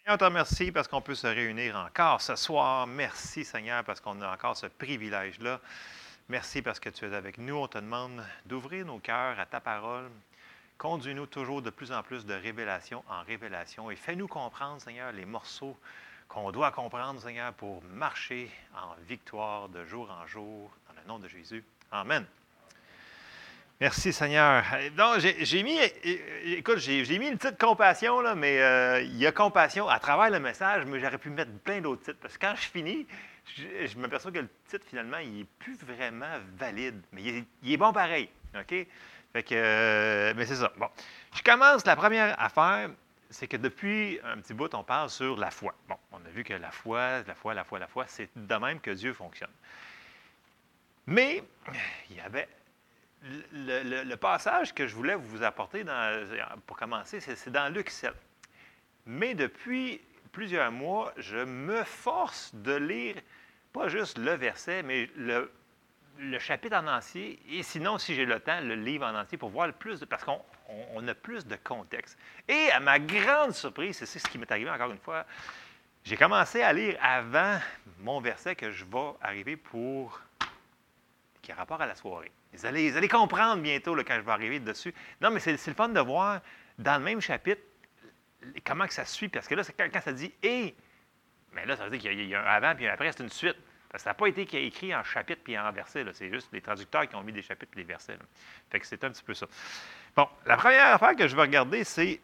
Et on te remercie parce qu'on peut se réunir encore ce soir. Merci Seigneur parce qu'on a encore ce privilège-là. Merci parce que tu es avec nous. On te demande d'ouvrir nos cœurs à ta parole. Conduis-nous toujours de plus en plus de révélation en révélation et fais-nous comprendre, Seigneur, les morceaux qu'on doit comprendre, Seigneur, pour marcher en victoire de jour en jour, dans le nom de Jésus. Amen. Merci Seigneur. Donc, j'ai mis, écoute, j'ai mis une petite compassion, là, mais il y a compassion à travers le message, mais j'aurais pu mettre plein d'autres titres. Parce que quand je finis, je m'aperçois que le titre, finalement, il n'est plus vraiment valide. Mais il est bon pareil. OK? Fait que, mais c'est ça. Bon. Je commence la première affaire, c'est que depuis un petit bout, on parle sur la foi. Bon, on a vu que la foi, c'est de même que Dieu fonctionne. Mais il y avait le passage que je voulais vous apporter pour commencer, c'est dans Luc 7. Mais depuis plusieurs mois, je me force de lire, pas juste le verset, mais le chapitre en entier, et sinon, si j'ai le temps, le livre en entier pour voir le plus, parce qu'on a plus de contexte. Et à ma grande surprise, c'est ce qui m'est arrivé encore une fois, j'ai commencé à lire avant mon verset que je vais arriver qui a rapport à la soirée. Vous allez comprendre bientôt là, quand je vais arriver dessus. Non, mais c'est le fun de voir dans le même chapitre comment que ça suit. Parce que là, quand ça dit « et », mais là, ça veut dire qu'il y a un avant puis un après, c'est une suite. Parce que ça n'a pas été écrit en chapitre puis en verset. C'est juste les traducteurs qui ont mis des chapitres et des versets. Là. Fait que c'est un petit peu ça. Bon, la première affaire que je vais regarder, c'est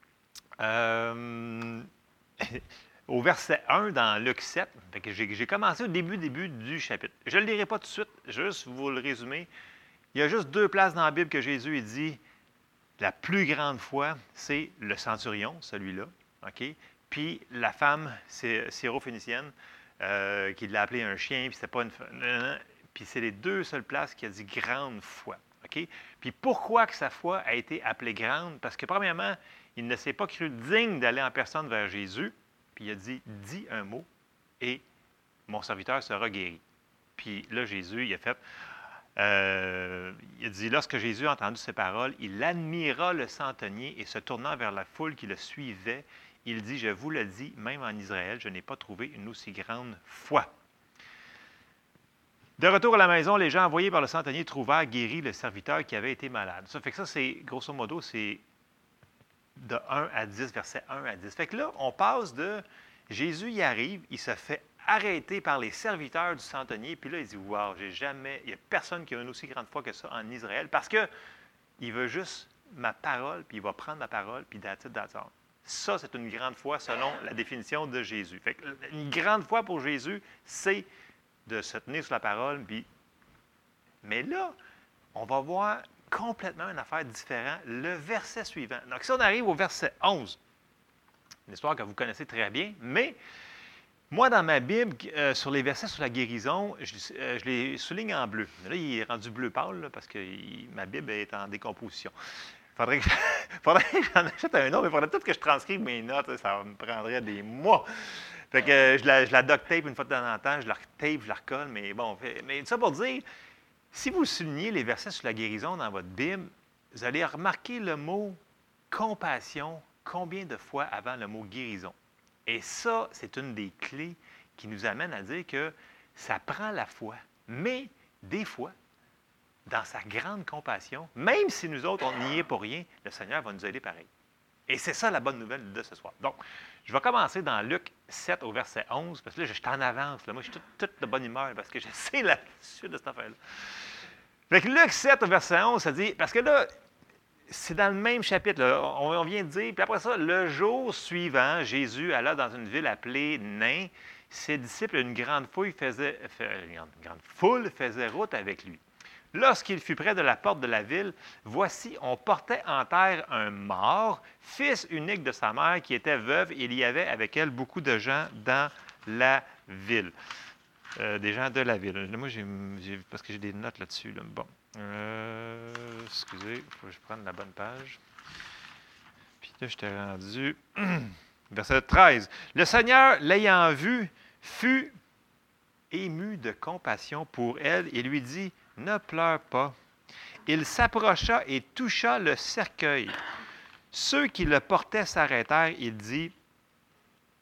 au verset 1 dans Luc 7. Fait que j'ai commencé au début du chapitre. Je ne le lirai pas tout de suite, juste vous le résumer. Il y a juste 2 places dans la Bible que Jésus dit la plus grande foi, c'est le centurion, celui-là, OK? Puis la femme syrophénicienne, qui l'a appelé un chien, puis c'était pas une... Puis c'est les 2 seules places qui a dit grande foi, OK? Puis pourquoi que sa foi a été appelée grande? Parce que premièrement, il ne s'est pas cru digne d'aller en personne vers Jésus, puis il a dit, dis un mot, et mon serviteur sera guéri. Puis là, Jésus, il a fait... il a dit, lorsque Jésus a entendu ces paroles, il admira le centenier et se tournant vers la foule qui le suivait, il dit, je vous le dis, même en Israël, je n'ai pas trouvé une aussi grande foi. De retour à la maison, les gens envoyés par le centenier trouvèrent guéri le serviteur qui avait été malade. Ça fait que ça, c'est, grosso modo, c'est de 1 à 10, verset 1 à 10. Fait que là, on passe de Jésus y arrive, il se fait arrêté par les serviteurs du centenier, puis là, il dit, wow, il n'y a personne qui a une aussi grande foi que ça en Israël, parce qu'il veut juste ma parole, puis il va prendre ma parole, puis that's it. Ça, c'est une grande foi selon la définition de Jésus. Fait que une grande foi pour Jésus, c'est de se tenir sur la parole, puis... Mais là, on va voir complètement une affaire différente, le verset suivant. Donc, si on arrive au verset 11, une histoire que vous connaissez très bien, mais... Moi, dans ma Bible, sur les versets sur la guérison, je les souligne en bleu. Là, il est rendu bleu pâle là, parce que ma Bible est en décomposition. Faudrait que j'en achète un autre, mais il faudrait peut-être que je transcrive mes notes. Ça me prendrait des mois. Fait que je la duct tape une fois de temps en temps, je la retape, je la recolle, mais bon. Mais ça pour dire, si vous soulignez les versets sur la guérison dans votre Bible, vous allez remarquer le mot compassion combien de fois avant le mot guérison. Et ça, c'est une des clés qui nous amène à dire que ça prend la foi. Mais des fois, dans sa grande compassion, même si nous autres, on n'y est pour rien, le Seigneur va nous aider pareil. Et c'est ça la bonne nouvelle de ce soir. Donc, je vais commencer dans Luc 7 au verset 11, parce que là, je suis en avance. Là. Moi, je suis toute de bonne humeur parce que je sais la suite de cette affaire-là. Fait que Luc 7 au verset 11, ça dit, parce que là, c'est dans le même chapitre, là, on vient de dire. Puis après ça, le jour suivant, Jésus alla dans une ville appelée Nain. Ses disciples, une grande foule faisait route avec lui. Lorsqu'il fut près de la porte de la ville, voici, on portait en terre un mort, fils unique de sa mère, qui était veuve, et il y avait avec elle beaucoup de gens dans la ville. Des gens de la ville. Moi, parce que j'ai des notes là-dessus. Là. Bon. Excusez, il faut que je prenne la bonne page. Puis là, je t'ai rendu. Verset 13. Le Seigneur, l'ayant vu, fut ému de compassion pour elle et lui dit, ne pleure pas. Il s'approcha et toucha le cercueil. Ceux qui le portaient s'arrêtèrent. Il dit,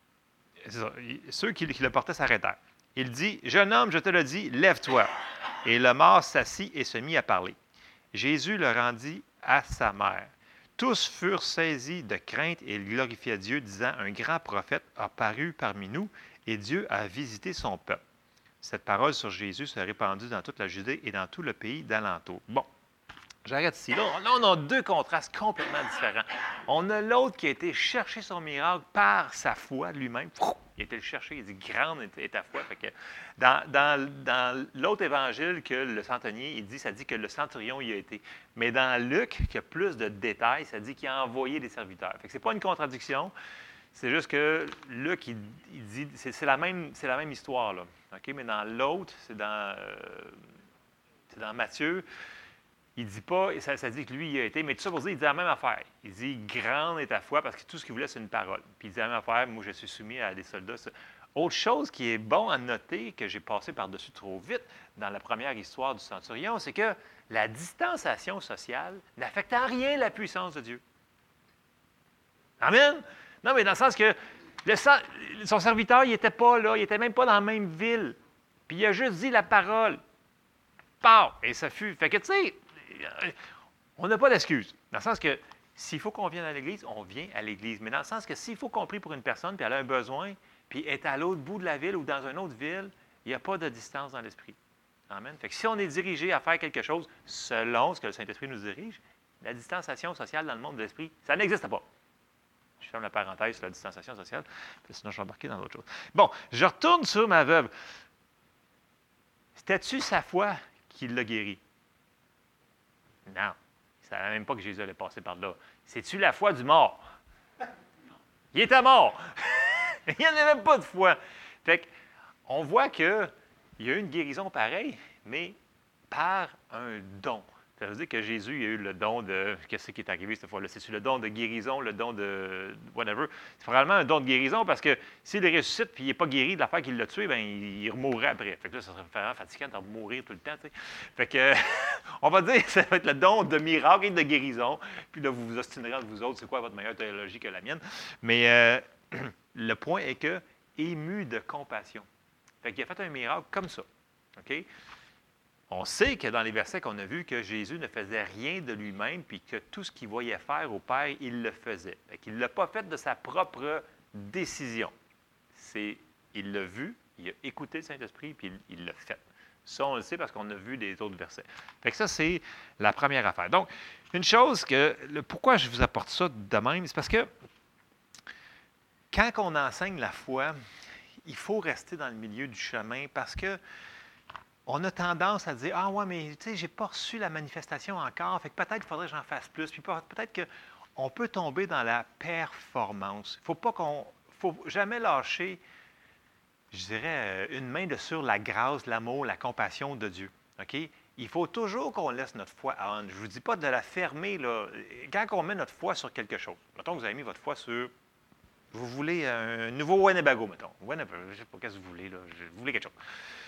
ceux qui le portaient s'arrêtèrent. Il dit, « Jeune homme, je te le dis, lève-toi. » Et le mort s'assit et se mit à parler. Jésus le rendit à sa mère. Tous furent saisis de crainte et ils glorifiaient Dieu, disant, « Un grand prophète a paru parmi nous et Dieu a visité son peuple. » Cette parole sur Jésus se répandue dans toute la Judée et dans tout le pays d'alentour. Bon, j'arrête ici. Là, on a deux contrastes complètement différents. On a l'autre qui a été chercher son miracle par sa foi lui-même. Il a été le chercher, il dit « Grande est ta foi ». Fait que dans l'autre évangile que le centenier, ça dit que le centurion y a été. Mais dans Luc, qui a plus de détails, ça dit qu'il a envoyé des serviteurs. Fait que c'est pas une contradiction. C'est juste que Luc, il dit, c'est la même histoire, là. Okay? Mais dans l'autre, c'est dans Matthieu, il ne dit pas, ça dit que lui, il a été, mais tout ça pour dire, il dit la même affaire. Il dit, grande est ta foi, parce que tout ce qu'il voulait, c'est une parole. Puis il dit la même affaire, moi, je suis soumis à des soldats. Autre chose qui est bon à noter, que j'ai passé par-dessus trop vite dans la première histoire du centurion, c'est que la distanciation sociale n'affecte en rien la puissance de Dieu. Amen? Non, mais dans le sens que son serviteur, il n'était pas là, il n'était même pas dans la même ville. Puis il a juste dit la parole. Pars! Et ça fut. Fait que, tu sais, on n'a pas d'excuse. Dans le sens que s'il faut qu'on vienne à l'Église, on vient à l'Église. Mais dans le sens que s'il faut qu'on prie pour une personne, puis elle a un besoin, puis est à l'autre bout de la ville ou dans une autre ville, il n'y a pas de distance dans l'esprit. Amen. Fait que si on est dirigé à faire quelque chose selon ce que le Saint-Esprit nous dirige, la distanciation sociale dans le monde de l'esprit, ça n'existe pas. Je ferme la parenthèse sur la distanciation sociale, sinon je vais embarquer dans d'autres choses. Bon, je retourne sur ma veuve. C'était-tu sa foi qui l'a guéri? Non. Il ne savait même pas que Jésus allait passer par là. C'est-tu la foi du mort? Il était mort. Il n'y en avait même pas de foi. Fait qu'on voit qu'il y a eu une guérison pareille, mais par un don. Ça veut dire que Jésus a eu le don de... Qu'est-ce qui est arrivé cette fois-là? C'est-tu le don de guérison, le don de... whatever? C'est probablement un don de guérison parce que s'il ressuscite et il n'est pas guéri de l'affaire qui l'a tué, bien, il mourrait après. Fait que là, ça serait vraiment fatigant de mourir tout le temps, tu sais. Fait que, on va dire que ça va être le don de miracle et de guérison. Puis là, vous vous ostinerez entre vous autres, c'est quoi votre meilleure théologie que la mienne? Mais le point est que, ému de compassion. Fait qu'il a fait un miracle comme ça. OK? On sait que dans les versets qu'on a vus, que Jésus ne faisait rien de lui-même, puis que tout ce qu'il voyait faire au Père, il le faisait. Il ne l'a pas fait de sa propre décision. Il l'a vu, il a écouté le Saint-Esprit, puis il l'a fait. Ça, on le sait parce qu'on a vu des autres versets. Fait que ça, c'est la première affaire. Donc, une chose pourquoi je vous apporte ça de même, c'est parce que quand on enseigne la foi, il faut rester dans le milieu du chemin parce que on a tendance à dire « Ah ouais, mais tu sais, je n'ai pas reçu la manifestation encore, fait que peut-être qu'il faudrait que j'en fasse plus. » Puis peut-être qu'on peut tomber dans la performance. Il ne faut jamais lâcher, je dirais, une main sur la grâce, l'amour, la compassion de Dieu. OK? Il faut toujours qu'on laisse notre foi on. Je ne vous dis pas de la fermer, là. Quand on met notre foi sur quelque chose, mettons que vous avez mis votre foi sur... Vous voulez un nouveau Winnebago, mettons. Winnebago, je ne sais pas qu'est-ce que vous voulez, là. Vous voulez quelque chose.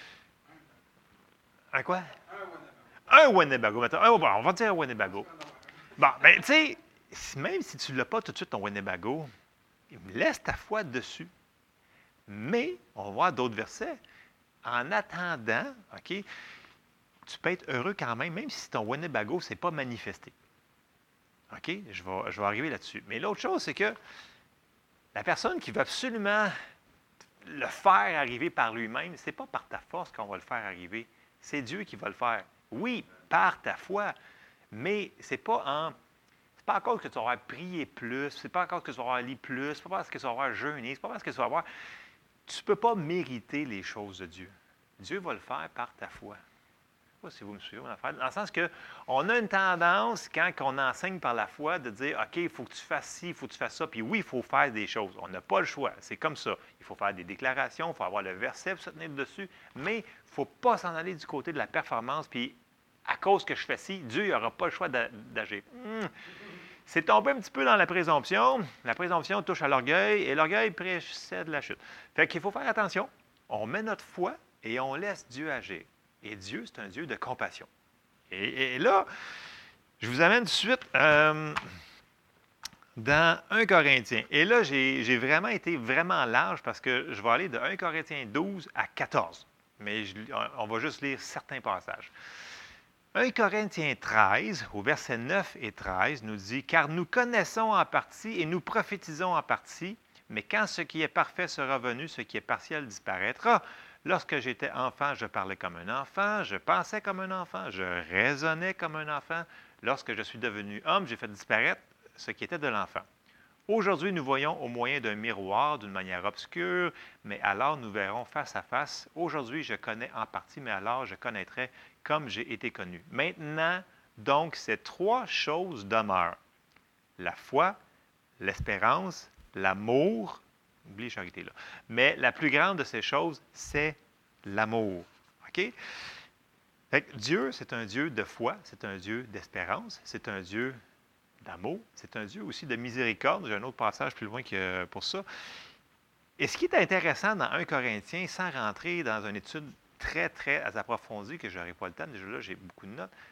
Un quoi? Un Winnebago, mettons. On va dire un Winnebago. Bon, bien, tu sais, même si tu ne l'as pas tout de suite, ton Winnebago, laisse ta foi dessus. Mais, on va voir d'autres versets. En attendant, OK, tu peux être heureux quand même si ton Winnebago ne s'est pas manifesté. OK? Je vais arriver là-dessus. Mais l'autre chose, c'est que la personne qui veut absolument le faire arriver par lui-même, ce n'est pas par ta force qu'on va le faire arriver. C'est Dieu qui va le faire. Oui, par ta foi, mais c'est pas à cause que tu vas avoir prié plus, c'est pas à cause que tu vas avoir lu plus, c'est pas parce que tu vas avoir jeûné, c'est pas parce que tu vas avoir... Tu ne peux pas mériter les choses de Dieu. Dieu va le faire par ta foi. Je ne sais pas si vous me suivez, mon affaire. Dans le sens qu'on a une tendance, quand on enseigne par la foi, de dire « OK, il faut que tu fasses ci, il faut que tu fasses ça. » Puis oui, il faut faire des choses. On n'a pas le choix. C'est comme ça. Il faut faire des déclarations, il faut avoir le verset pour se tenir dessus. Mais il ne faut pas s'en aller du côté de la performance. Puis à cause que je fais ci, Dieu n'aura pas le choix d'agir. C'est tombé un petit peu dans la présomption. La présomption touche à l'orgueil et l'orgueil précède la chute. Fait qu'il faut faire attention. On met notre foi et on laisse Dieu agir. Et Dieu, c'est un Dieu de compassion. Et là, je vous amène tout de suite dans 1 Corinthiens. Et là, j'ai vraiment été vraiment large parce que je vais aller de 1 Corinthiens 12 à 14. Mais on va juste lire certains passages. 1 Corinthiens 13, au verset 9 et 13, nous dit « Car nous connaissons en partie et nous prophétisons en partie, mais quand ce qui est parfait sera venu, ce qui est partiel disparaîtra. Lorsque j'étais enfant, je parlais comme un enfant, je pensais comme un enfant, je raisonnais comme un enfant. Lorsque je suis devenu homme, j'ai fait disparaître ce qui était de l'enfant. Aujourd'hui, nous voyons au moyen d'un miroir d'une manière obscure, mais alors nous verrons face à face. Aujourd'hui, je connais en partie, mais alors je connaîtrai comme j'ai été connu. Maintenant, donc, ces trois choses demeurent. La foi, l'espérance, l'amour. Oublie charité là. Mais la plus grande de ces choses, c'est l'amour. OK? Fait que Dieu, c'est un Dieu de foi, c'est un Dieu d'espérance, c'est un Dieu d'amour, c'est un Dieu aussi de miséricorde. J'ai un autre passage plus loin que pour ça. Et ce qui est intéressant dans 1 Corinthiens, sans rentrer dans une étude très, très approfondie, que je n'aurai pas le temps, déjà là, j'ai beaucoup de notes,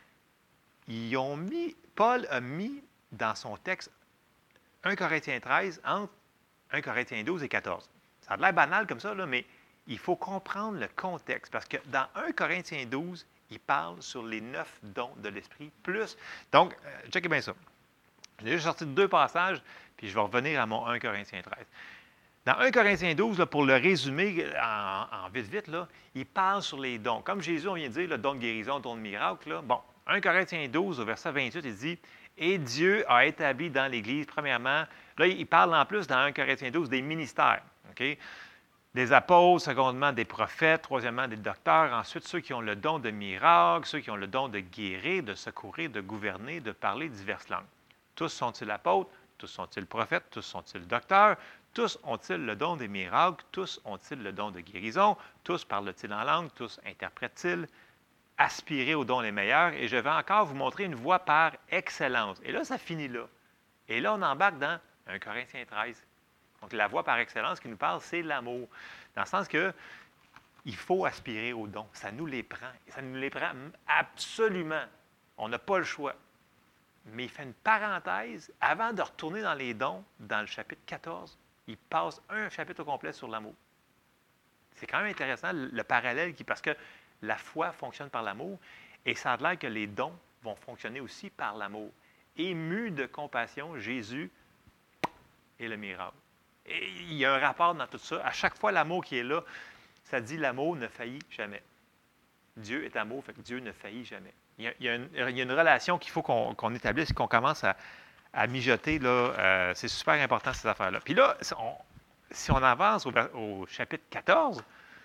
Paul a mis dans son texte 1 Corinthiens 13 entre 1 Corinthiens 12 et 14. Ça a l'air banal comme ça, là, mais il faut comprendre le contexte, parce que dans 1 Corinthiens 12, il parle sur les 9 dons de l'Esprit, plus... Donc, checkez bien ça. J'ai juste sorti deux passages, puis je vais revenir à mon 1 Corinthiens 13. Dans 1 Corinthiens 12, là, pour le résumer en vite, là, il parle sur les dons. Comme Jésus, on vient de dire, le don de guérison, le don de miracle. Là. Bon, 1 Corinthiens 12, au verset 28, il dit « Et Dieu a établi dans l'Église, premièrement... » Là, il parle en plus, dans 1 Corinthiens 12, des ministères. Okay? Des apôtres, secondement, des prophètes, troisièmement, des docteurs, ensuite ceux qui ont le don de miracle, ceux qui ont le don de guérir, de secourir, de gouverner, de parler diverses langues. Tous sont-ils apôtres? Tous sont-ils prophètes? Tous sont-ils docteurs? Tous ont-ils le don des miracles? Tous ont-ils le don de guérison? Tous parlent-ils en langue? Tous interprètent-ils? Aspirez aux dons les meilleurs. Et je vais encore vous montrer une voie par excellence. Et là, ça finit là. Et là, on embarque dans 1 Corinthiens 13. Donc, la voie par excellence qui nous parle, c'est l'amour. Dans le sens que il faut aspirer aux dons. Ça nous les prend. Et ça nous les prend absolument. On n'a pas le choix. Mais il fait une parenthèse avant de retourner dans les dons, dans le chapitre 14. Il passe un chapitre au complet sur l'amour. C'est quand même intéressant le parallèle, parce que la foi fonctionne par l'amour et ça a l'air que les dons vont fonctionner aussi par l'amour. Ému de compassion, Jésus est le miracle. Et il y a un rapport dans tout ça. À chaque fois, l'amour qui est là, ça dit l'amour ne faillit jamais. Dieu est amour, fait que Dieu ne faillit jamais. Il y a une relation qu'il faut qu'on établisse, qu'on commence à mijoter. Là, c'est super important, ces affaires-là. Puis là, si on avance au chapitre 14,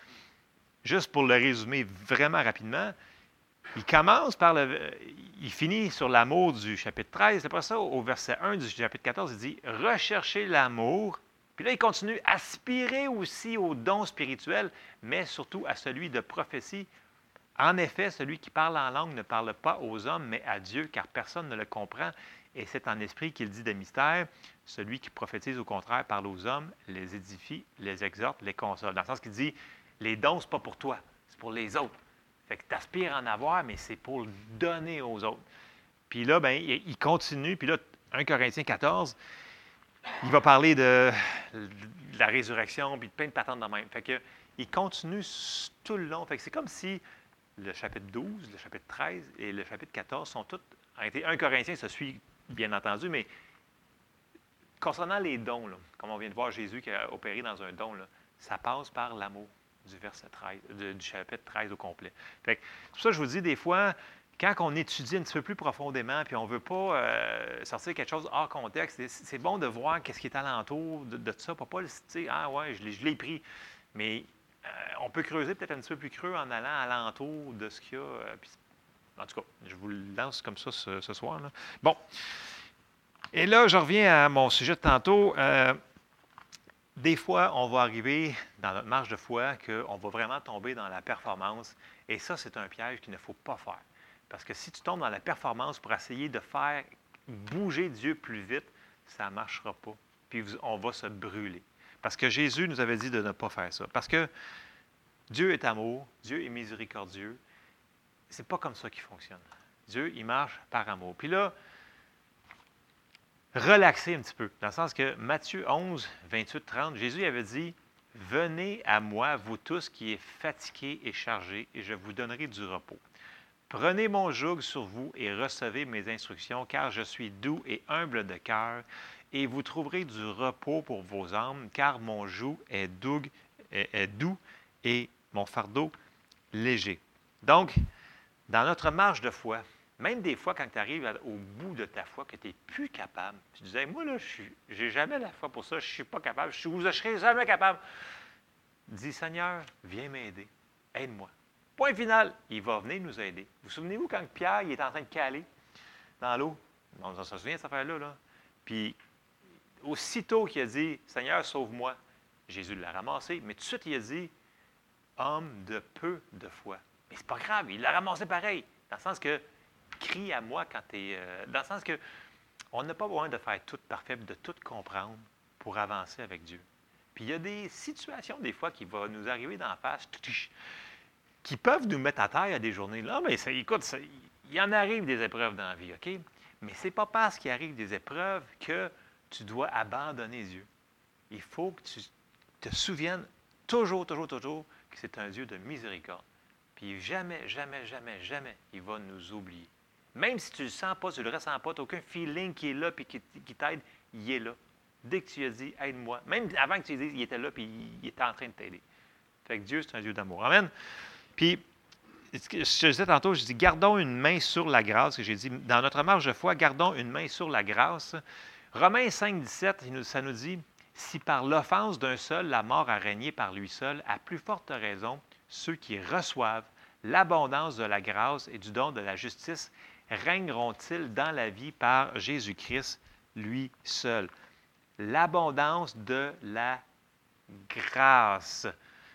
juste pour le résumer vraiment rapidement, il commence par il finit sur l'amour du chapitre 13. Après ça, au verset 1 du chapitre 14, il dit « Recherchez l'amour ». Puis là, il continue « Aspirez aussi aux dons spirituels, mais surtout à celui de prophétie. En effet, celui qui parle en langue ne parle pas aux hommes, mais à Dieu, car personne ne le comprend. Et c'est en esprit qu'il dit des mystères. Celui qui prophétise, au contraire, parle aux hommes, les édifie, les exhorte, les console. » Dans le sens qu'il dit « Les dons, ce n'est pas pour toi, c'est pour les autres. » Fait que tu aspires à en avoir, mais c'est pour le donner aux autres. Puis là, bien, il continue. Puis là, 1 Corinthiens 14, il va parler de la résurrection, puis de plein de patentes de même. Fait que il continue tout le long. Fait que c'est comme si le chapitre 12, le chapitre 13 et le chapitre 14 sont tous... En réalité, 1 Corinthiens, ça suit, bien entendu, mais concernant les dons, là, comme on vient de voir Jésus qui a opéré dans un don, là, ça passe par l'amour du verset 13, du chapitre 13 au complet. Fait que, c'est pour ça que je vous dis, des fois, quand on étudie un petit peu plus profondément, puis on ne veut pas sortir quelque chose hors contexte, c'est bon de voir qu'est-ce qui est alentour de ça, pour pas le citer, ah ouais, je l'ai pris. Mais on peut creuser peut-être un petit peu plus creux en allant alentour de ce qu'il y a. Puis, en tout cas, je vous le lance comme ça ce soir. Là. Bon. Et là, je reviens à mon sujet de tantôt. Des fois, on va arriver dans notre marche de foi qu'on va vraiment tomber dans la performance. Et ça, c'est un piège qu'il ne faut pas faire. Parce que si tu tombes dans la performance pour essayer de faire bouger Dieu plus vite, ça ne marchera pas. Puis on va se brûler. Parce que Jésus nous avait dit de ne pas faire ça. Parce que Dieu est amour, Dieu est miséricordieux. C'est pas comme ça qu'il fonctionne. Dieu, il marche par amour. Puis là, relaxer un petit peu. Dans le sens que Matthieu 11, 28, 30, Jésus avait dit, « Venez à moi, vous tous qui êtes fatigués et chargés, et je vous donnerai du repos. Prenez mon joug sur vous et recevez mes instructions, car je suis doux et humble de cœur, et vous trouverez du repos pour vos âmes, car mon joug est doux et mon fardeau léger. » Donc, dans notre marche de foi, même des fois quand tu arrives au bout de ta foi, que tu n'es plus capable, tu disais, moi là, je n'ai jamais la foi pour ça, je ne suis pas capable, je ne serai jamais capable. Dis, Seigneur, viens m'aider, aide-moi. Point final, il va venir nous aider. Vous souvenez-vous quand Pierre il est en train de caler dans l'eau? On se souvient de cette affaire-là. Là. Puis, aussitôt qu'il a dit, Seigneur, sauve-moi, Jésus l'a ramassé, mais tout de suite, il a dit, homme de peu de foi. Mais c'est pas grave, il l'a ramassé pareil. Dans le sens que, crie à moi quand tu es. Dans le sens que, on n'a pas besoin de faire tout parfait, de tout comprendre pour avancer avec Dieu. Puis il y a des situations, des fois, qui vont nous arriver d'en face, qui peuvent nous mettre à terre à des journées. Là, mais écoute, il y en arrive des épreuves dans la vie, OK? Mais ce n'est pas parce qu'il arrive des épreuves que tu dois abandonner Dieu. Il faut que tu te souviennes toujours que c'est un Dieu de miséricorde. Puis jamais, jamais, jamais, jamais, il va nous oublier. Même si tu ne le sens pas, tu ne le ressens pas, tu n'as aucun feeling qui est là et qui t'aide, il est là. Dès que tu lui as dit, aide-moi, même avant que tu lui dises, il était là et il était en train de t'aider. Fait que Dieu, c'est un Dieu d'amour. Amen. Puis, je te disais tantôt, je dis, gardons une main sur la grâce. J'ai dit, dans notre marche de foi, gardons une main sur la grâce. Romains 5, 17, ça nous dit, si par l'offense d'un seul, la mort a régné par lui seul, à plus forte raison, ceux qui reçoivent l'abondance de la grâce et du don de la justice régneront-ils dans la vie par Jésus-Christ, lui seul. L'abondance de la grâce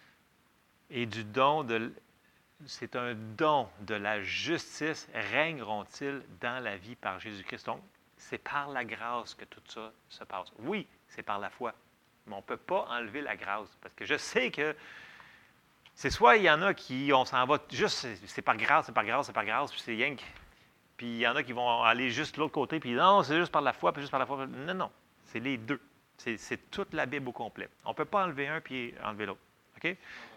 et du don de... C'est un don de la justice, régneront-ils dans la vie par Jésus-Christ. Donc, c'est par la grâce que tout ça se passe. Oui, c'est par la foi, mais on ne peut pas enlever la grâce. Parce que je sais que c'est soit il y en a qui, on s'en va juste, c'est par grâce, puis c'est rien que... Puis il y en a qui vont aller juste de l'autre côté, puis non, c'est juste par la foi, puis juste par la foi. Non, non, c'est les deux. C'est toute la Bible au complet. On ne peut pas enlever un puis enlever l'autre. OK?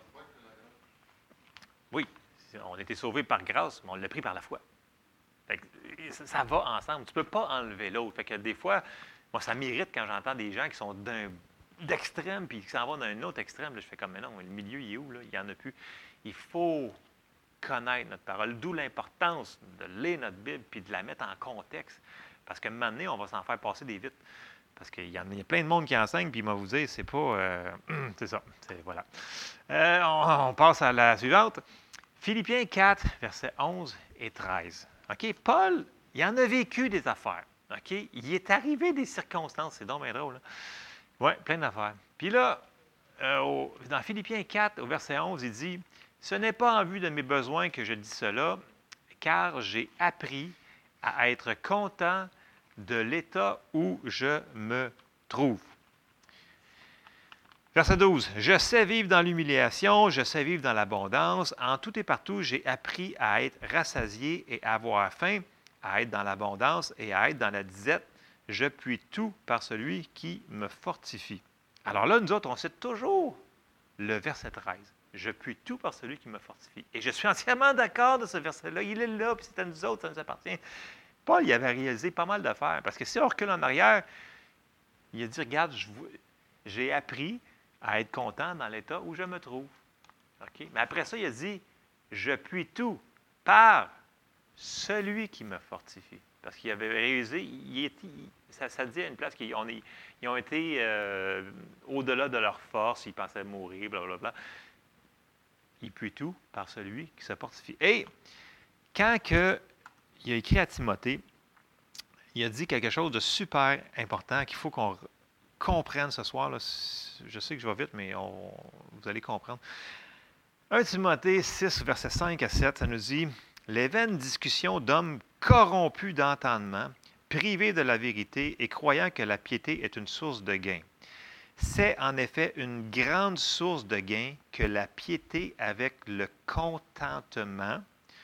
Oui, on a été sauvés par grâce, mais on l'a pris par la foi. Fait que ça va ensemble. Tu ne peux pas enlever l'autre. Fait que des fois, moi, ça m'irrite quand j'entends des gens qui sont d'extrême puis qui s'en vont d'un autre extrême. Là, je fais comme, mais non, le milieu, il est où? Là? Il n'y en a plus. Il faut connaître notre parole, d'où l'importance de lire notre Bible puis de la mettre en contexte. Parce qu'à un moment donné, on va s'en faire passer des vites. Parce qu'il y a plein de monde qui enseigne, puis il va vous dire, c'est pas... c'est ça, voilà. On passe à la suivante. Philippiens 4, versets 11 et 13. OK? Paul, il en a vécu des affaires. OK? Il est arrivé des circonstances. C'est donc bien drôle. Oui, plein d'affaires. Puis là, dans Philippiens 4, au verset 11, il dit, « Ce n'est pas en vue de mes besoins que je dis cela, car j'ai appris à être content de l'état où je me trouve. » Verset 12. « Je sais vivre dans l'humiliation, je sais vivre dans l'abondance. En tout et partout, j'ai appris à être rassasié et à avoir faim, à être dans l'abondance et à être dans la disette. Je puis tout par celui qui me fortifie. » Alors là, nous autres, on cite toujours le verset 13. « Je puis tout par celui qui me fortifie. » Et je suis entièrement d'accord de ce verset-là. Il est là, puis c'est à nous autres, ça nous appartient. Paul, il avait réalisé pas mal d'affaires. Parce que si on recule en arrière, il a dit, regarde, j'ai appris à être content dans l'état où je me trouve. Okay? Mais après ça, il a dit, je puis tout par celui qui me fortifie. Parce qu'il avait réalisé, ça dit à une place qu'ils ont été au-delà de leur force, ils pensaient mourir, blablabla. Il puis tout par celui qui se fortifie. Et quand il a écrit à Timothée, il a dit quelque chose de super important qu'il faut qu'on comprenne ce soir. Là. Je sais que je vais vite, mais vous allez comprendre. 1 Timothée 6, versets 5 à 7, ça nous dit « Les vaines discussions d'hommes corrompus d'entendement, privés de la vérité et croyant que la piété est une source de gain. C'est en effet une grande source de gain que la piété avec le contentement. »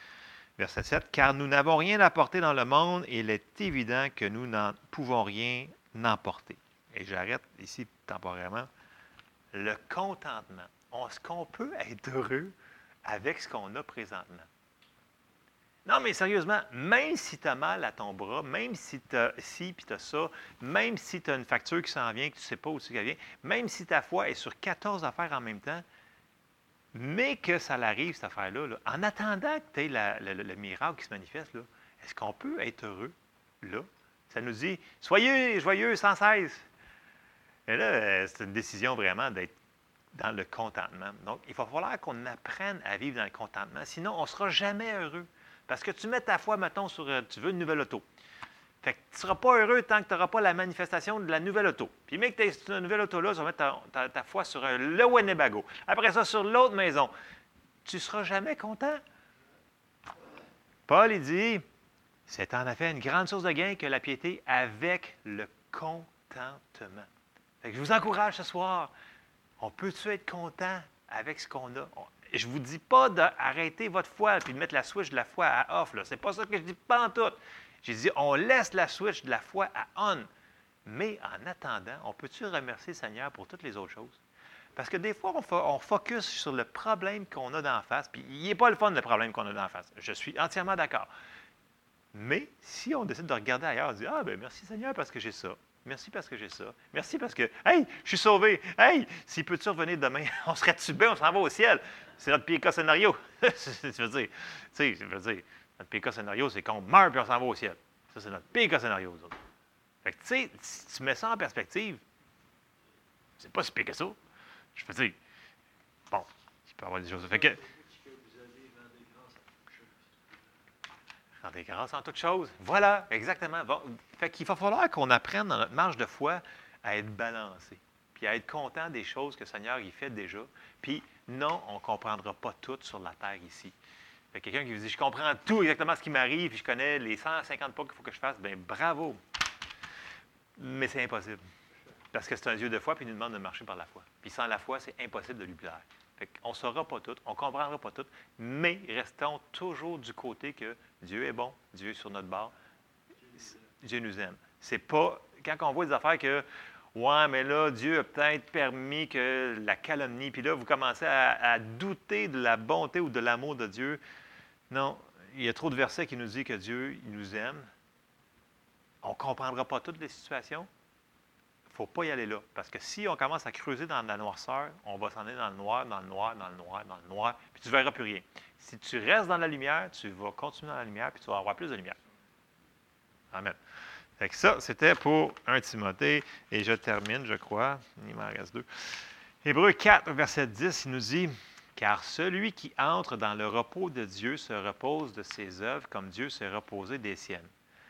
Verset 7. « Car nous n'avons rien apporté dans le monde et il est évident que nous n'en pouvons rien emporter. Et j'arrête ici temporairement. Le contentement. Est-ce qu'on peut être heureux avec ce qu'on a présentement? Non, mais sérieusement, même si tu as mal à ton bras, même si tu as ci puis tu as ça, même si tu as une facture qui s'en vient, que tu ne sais pas où c'est qu'elle vient, même si ta foi est sur 14 affaires en même temps, mais que ça l'arrive, cette affaire-là, là, en attendant que tu aies le miracle qui se manifeste, là, est-ce qu'on peut être heureux là? Ça nous dit « Soyez joyeux sans cesse ». Et là, c'est une décision vraiment d'être dans le contentement. Donc, il va falloir qu'on apprenne à vivre dans le contentement. Sinon, on ne sera jamais heureux. Parce que tu mets ta foi, mettons, sur tu veux une nouvelle auto. Fait que tu ne seras pas heureux tant que tu n'auras pas la manifestation de la nouvelle auto. Puis, mais que tu aies une nouvelle auto-là, tu vas mettre ta foi sur le Winnebago. Après ça, sur l'autre maison. Tu ne seras jamais content. Paul, il dit, c'est en effet une grande source de gain que la piété avec le contentement. Fait que je vous encourage ce soir. On peut-tu être content avec ce qu'on a? Je ne vous dis pas d'arrêter votre foi et de mettre la switch de la foi à off. Ce n'est pas ça que je dis pas en tout. J'ai dit, on laisse la switch de la foi à on. Mais en attendant, on peut-tu remercier le Seigneur pour toutes les autres choses? Parce que des fois, on focus sur le problème qu'on a d'en face, puis il n'est pas le fun, le problème qu'on a d'en face. Je suis entièrement d'accord. Mais si on décide de regarder ailleurs, on dit, ah, ben merci Seigneur parce que j'ai ça. Merci parce que j'ai ça. Merci parce que, hey, je suis sauvé. Hey, s'il peut-tu revenir demain, on serait-tu bien, on s'en va au ciel. C'est notre pire cas scénario. Je veux dire, notre pire cas scénario, c'est qu'on meurt puis on s'en va au ciel. Ça, c'est notre pire cas scénario, vous autres. Fait que, tu sais, si tu mets ça en perspective, c'est pas si pire que ça. Je veux dire, bon, il peut y avoir des choses. Fait que, rendez grâce en toutes choses. Voilà, exactement. Bon, fait qu'il va falloir qu'on apprenne dans notre marche de foi à être balancé, puis à être content des choses que le Seigneur y fait déjà. Puis non, on ne comprendra pas tout sur la terre ici. Fait que quelqu'un qui vous dit, je comprends tout exactement ce qui m'arrive, puis je connais les 150 pas qu'il faut que je fasse, bien bravo. Mais c'est impossible. Parce que c'est un Dieu de foi, puis il nous demande de marcher par la foi. Puis sans la foi, c'est impossible de lui plaire. On ne saura pas tout, on ne comprendra pas tout, mais restons toujours du côté que Dieu est bon, Dieu est sur notre bord, Dieu nous aime. C'est pas, quand on voit des affaires que, ouais, mais là, Dieu a peut-être permis que la calomnie, puis là, vous commencez à douter de la bonté ou de l'amour de Dieu. Non, il y a trop de versets qui nous disent que Dieu, il nous aime. On ne comprendra pas toutes les situations. Il ne faut pas y aller là. Parce que si on commence à creuser dans la noirceur, on va s'en aller dans le noir, dans le noir, dans le noir, dans le noir, puis tu ne verras plus rien. Si tu restes dans la lumière, tu vas continuer dans la lumière, puis tu vas avoir plus de lumière. Amen. Fait que ça, c'était pour 1 Timothée, et je termine, je crois. Il m'en reste 2. Hébreux 4, verset 10, il nous dit, « Car celui qui entre dans le repos de Dieu se repose de ses œuvres comme Dieu s'est reposé des siennes.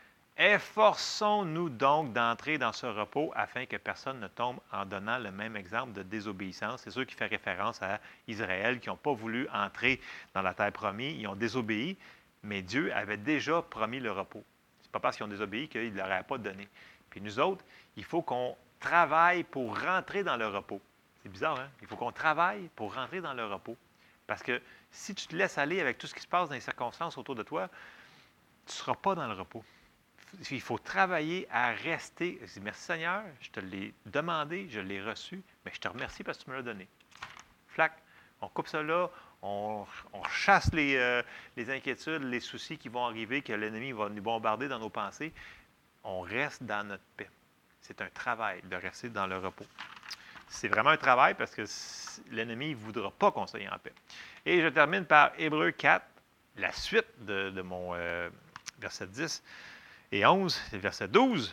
Efforçons-nous donc d'entrer dans ce repos afin que personne ne tombe en donnant le même exemple de désobéissance. » C'est sûr qu'il fait référence à Israël qui n'ont pas voulu entrer dans la terre promise. Ils ont désobéi, mais Dieu avait déjà promis le repos. Ce n'est pas parce qu'ils ont désobéi qu'il ne leur a pas donné. Puis nous autres, il faut qu'on travaille pour rentrer dans le repos. C'est bizarre, hein? Il faut qu'on travaille pour rentrer dans le repos. Parce que si tu te laisses aller avec tout ce qui se passe dans les circonstances autour de toi, tu ne seras pas dans le repos. Il faut travailler à rester. Je dis, merci Seigneur, je te l'ai demandé, je l'ai reçu, mais je te remercie parce que tu me l'as donné. Flac, on coupe ça là, on chasse les inquiétudes, les soucis qui vont arriver, que l'ennemi va nous bombarder dans nos pensées. On reste dans notre paix. C'est un travail de rester dans le repos. C'est vraiment un travail parce que l'ennemi ne voudra pas qu'on soit en paix. Et je termine par Hébreux 4, la suite de mon verset 10. Et 11, c'est le verset 12.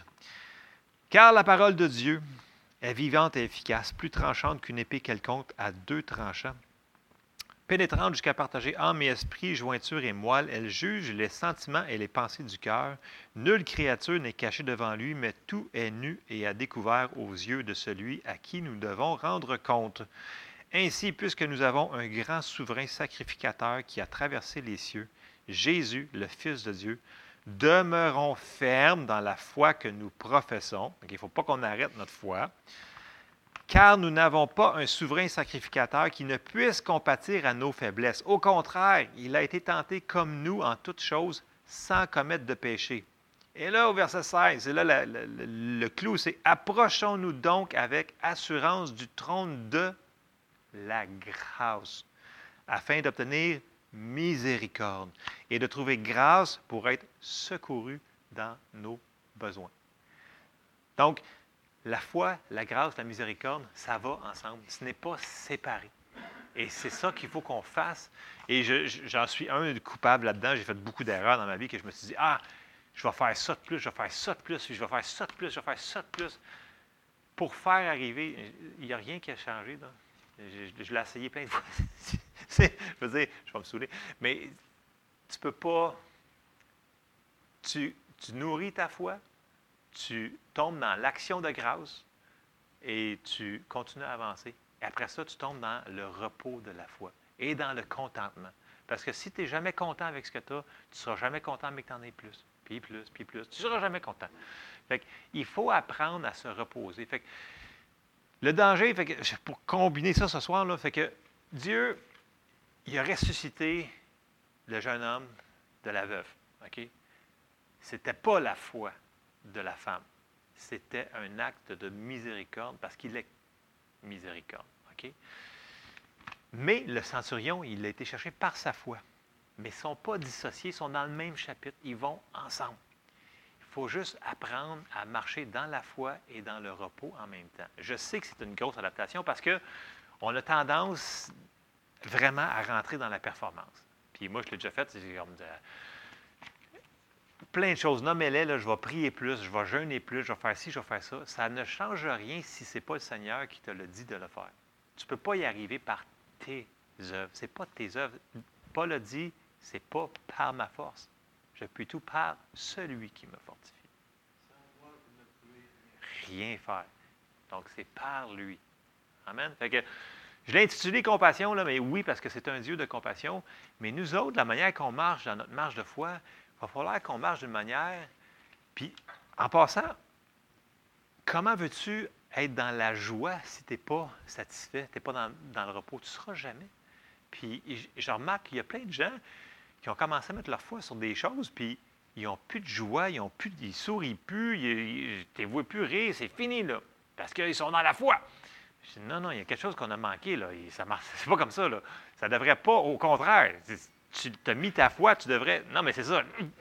« Car la parole de Dieu est vivante et efficace, plus tranchante qu'une épée quelconque à 2 tranchants, pénétrante jusqu'à partager âme et esprit, jointure et moelle. Elle juge les sentiments et les pensées du cœur. Nulle créature n'est cachée devant lui, mais tout est nu et à découvert aux yeux de celui à qui nous devons rendre compte. Ainsi, puisque nous avons un grand souverain sacrificateur qui a traversé les cieux, Jésus, le Fils de Dieu, demeurons fermes dans la foi que nous professons. Donc, il ne faut pas qu'on arrête notre foi. Car nous n'avons pas un souverain sacrificateur qui ne puisse compatir à nos faiblesses. Au contraire, il a été tenté comme nous en toutes choses, sans commettre de péché. Et là, au verset 16, c'est là le clou, c'est « Approchons-nous donc avec assurance du trône de la grâce, afin d'obtenir miséricorde et de trouver grâce pour être secouru dans nos besoins. » Donc, la foi, la grâce, la miséricorde, ça va ensemble. Ce n'est pas séparé. Et c'est ça qu'il faut qu'on fasse. Et j'en suis un coupable là-dedans. J'ai fait beaucoup d'erreurs dans ma vie que je me suis dit, ah, je vais faire ça de plus, je vais faire ça de plus, puis je vais faire ça de plus, je vais faire ça de plus. Pour faire arriver, il n'y a rien qui a changé. Là. Je l'ai essayé plein de fois. Je veux dire, je vais me saouler. Mais tu peux pas. Tu nourris ta foi, tu tombes dans l'action de grâce et tu continues à avancer. Et après ça, tu tombes dans le repos de la foi et dans le contentement. Parce que si tu n'es jamais content avec ce que tu as, tu ne seras jamais content avec que tu en aies plus. Puis plus, puis plus. Tu ne seras jamais content. Fait il faut apprendre à se reposer. Fait que, le danger, fait que, pour combiner ça ce soir, là, fait que Dieu, il a ressuscité le jeune homme de la veuve. OK? Ce n'était pas la foi de la femme. C'était un acte de miséricorde parce qu'il est miséricorde. OK? Mais le centurion, il a été cherché par sa foi. Mais ils ne sont pas dissociés, ils sont dans le même chapitre. Ils vont ensemble. Il faut juste apprendre à marcher dans la foi et dans le repos en même temps. Je sais que c'est une grosse adaptation parce qu'on a tendance vraiment à rentrer dans la performance. Puis moi, je l'ai déjà fait, c'est comme plein de choses. Nommez-les, là, je vais prier plus, je vais jeûner plus, je vais faire ci, je vais faire ça. Ça ne change rien si ce n'est pas le Seigneur qui te l'a dit de le faire. Tu ne peux pas y arriver par tes œuvres. Ce n'est pas tes œuvres. Paul a dit, ce n'est pas par ma force. Je puis tout par celui qui me fortifie. Rien faire. Donc, c'est par lui. Amen. Fait que, je l'ai intitulé compassion, là, mais oui, parce que c'est un Dieu de compassion. Mais nous autres, la manière qu'on marche dans notre marche de foi, il va falloir qu'on marche d'une manière. Puis, en passant, comment veux-tu être dans la joie si tu n'es pas satisfait, tu n'es pas dans le repos? Tu ne seras jamais. Puis, je remarque qu'il y a plein de gens qui ont commencé à mettre leur foi sur des choses, puis ils n'ont plus de joie, ils ne sourient plus, tu ne les vois plus rire, c'est fini, là, parce qu'ils sont dans la foi. Je dis, non, il y a quelque chose qu'on a manqué, là, et ça marche, c'est pas comme ça, là. Ça ne devrait pas, au contraire. Tu t'as mis ta foi, tu devrais... Non, mais c'est ça.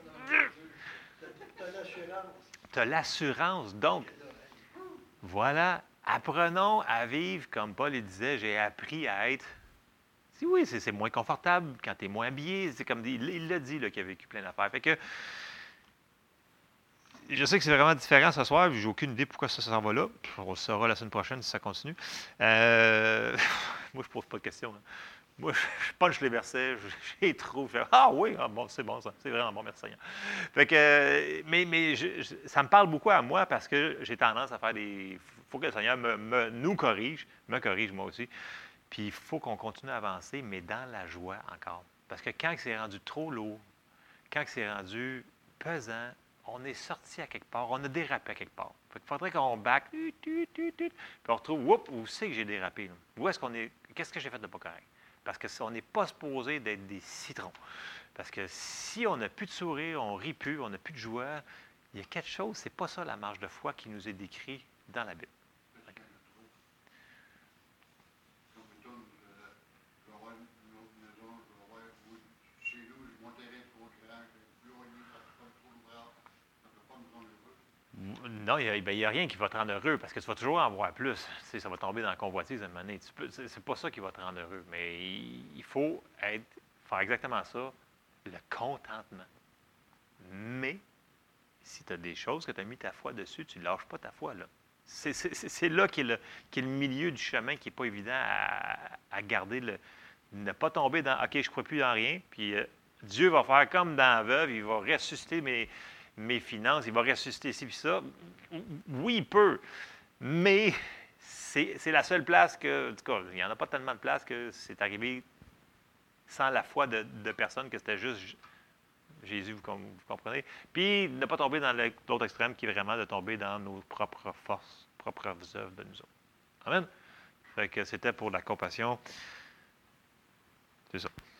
Tu as l'assurance. Donc, voilà, apprenons à vivre, comme Paul le disait, j'ai appris à être... Oui, c'est moins confortable quand tu es moins habillé. C'est comme il l'a dit, qu'il a vécu plein d'affaires. Fait que je sais que c'est vraiment différent ce soir. J'ai aucune idée pourquoi ça s'en va là. On le saura la semaine prochaine si ça continue. Moi, je ne pose pas de questions. Là. Moi, je punch les versets, j'ai trop. Ah oui, bon, c'est bon ça. C'est vraiment bon, merci Seigneur. Fait que, mais ça me parle beaucoup à moi parce que j'ai tendance à faire des... Il faut que le Seigneur nous corrige, me corrige moi aussi. Puis il faut qu'on continue à avancer, mais dans la joie encore. Parce que quand c'est rendu trop lourd, quand c'est rendu pesant, on est sorti à quelque part, on a dérapé à quelque part. Fait qu'il faudrait qu'on back, puis on retrouve, oups, où c'est que j'ai dérapé? Là? Où est-ce qu'on est? Qu'est-ce que j'ai fait de pas correct? Parce qu'on n'est pas supposé d'être des citrons. Parce que si on n'a plus de sourire, on ne rit plus, on n'a plus de joie, il y a quelque chose, c'est pas ça la marche de foi qui nous est décrit dans la Bible. Non, il n'y a rien qui va te rendre heureux parce que tu vas toujours en voir plus. Tu sais, ça va tomber dans la convoitise à un moment donné. C'est pas ça qui va te rendre heureux. Mais il faut faire exactement ça, le contentement. Mais si tu as des choses que tu as mis ta foi dessus, tu ne lâches pas ta foi. Là. C'est là qui est le milieu du chemin qui n'est pas évident à garder. Ne pas tomber dans OK, je ne crois plus dans rien. Puis Dieu va faire comme dans la veuve, il va ressusciter mes finances, il va ressusciter ci et ça. Oui, il peut, mais c'est la seule place que, en tout cas, il n'y en a pas tellement de places que c'est arrivé sans la foi de personnes, que c'était juste Jésus, vous comprenez. Puis, ne pas tomber dans l'autre extrême qui est vraiment de tomber dans nos propres forces, propres œuvres de nous autres. Amen. Fait que c'était pour la compassion. C'est ça.